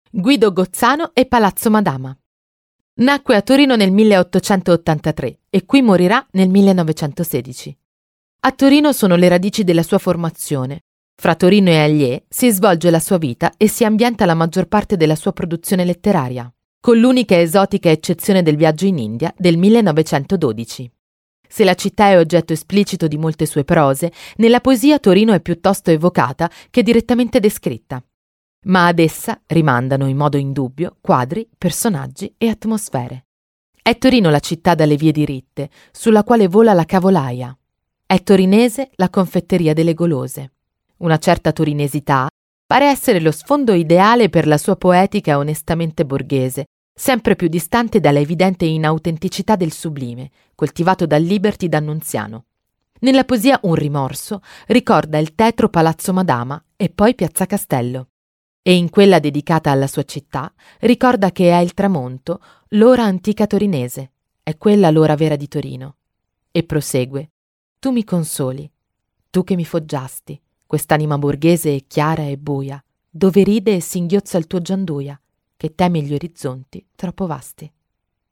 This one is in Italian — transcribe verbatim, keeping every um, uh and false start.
Guido Gozzano e Palazzo Madama. Nacque a Torino nel milleottocentottantatré e qui morirà nel millenovecentosedici. A Torino sono le radici della sua formazione. Fra Torino e Allier si svolge la sua vita e si ambienta la maggior parte della sua produzione letteraria, con l'unica esotica eccezione del viaggio in India del millenovecentododici. Se la città è oggetto esplicito di molte sue prose, nella poesia Torino è piuttosto evocata che direttamente descritta. Ma ad essa rimandano in modo indubbio quadri, personaggi e atmosfere. È Torino la città dalle vie diritte, sulla quale vola la cavolaia. È torinese la confetteria delle golose. Una certa torinesità pare essere lo sfondo ideale per la sua poetica onestamente borghese, sempre più distante dalla evidente inautenticità del sublime, coltivato dal Liberty d'Annunziano. Nella poesia Un rimorso ricorda il tetro Palazzo Madama e poi Piazza Castello. E in quella dedicata alla sua città ricorda che è il tramonto, l'ora antica torinese, è quella l'ora vera di Torino. E prosegue: tu mi consoli, tu che mi foggiasti, quest'anima borghese e chiara e buia, dove ride e singhiozza il tuo Gianduia, che teme gli orizzonti troppo vasti.